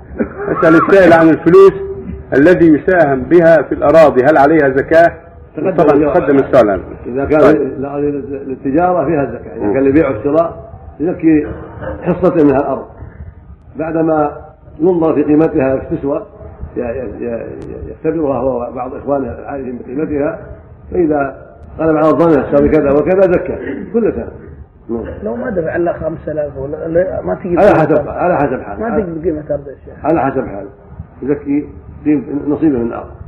أسأل السائل عن الفلوس الذي يساهم بها في الأراضي هل عليها زكاة؟ طبعا تقدم السؤال. إذا كان للتجارة فيها الزكاة، إذا كان لبيع والشراء يزكي حصة من الأرض بعدما ينظر في قيمتها تسوى، يختبرها هو بعض إخوانه العارفين بقيمتها، فإذا قال مع الظن تساوي كذا وكذا زكى كل سنة. لو ما دفع إلا 5000 ولا ما تجي على حسب حاله ما تجي بقيمة أرض الشيخ، على حسب حاله يزكي نصيبه من الأرض.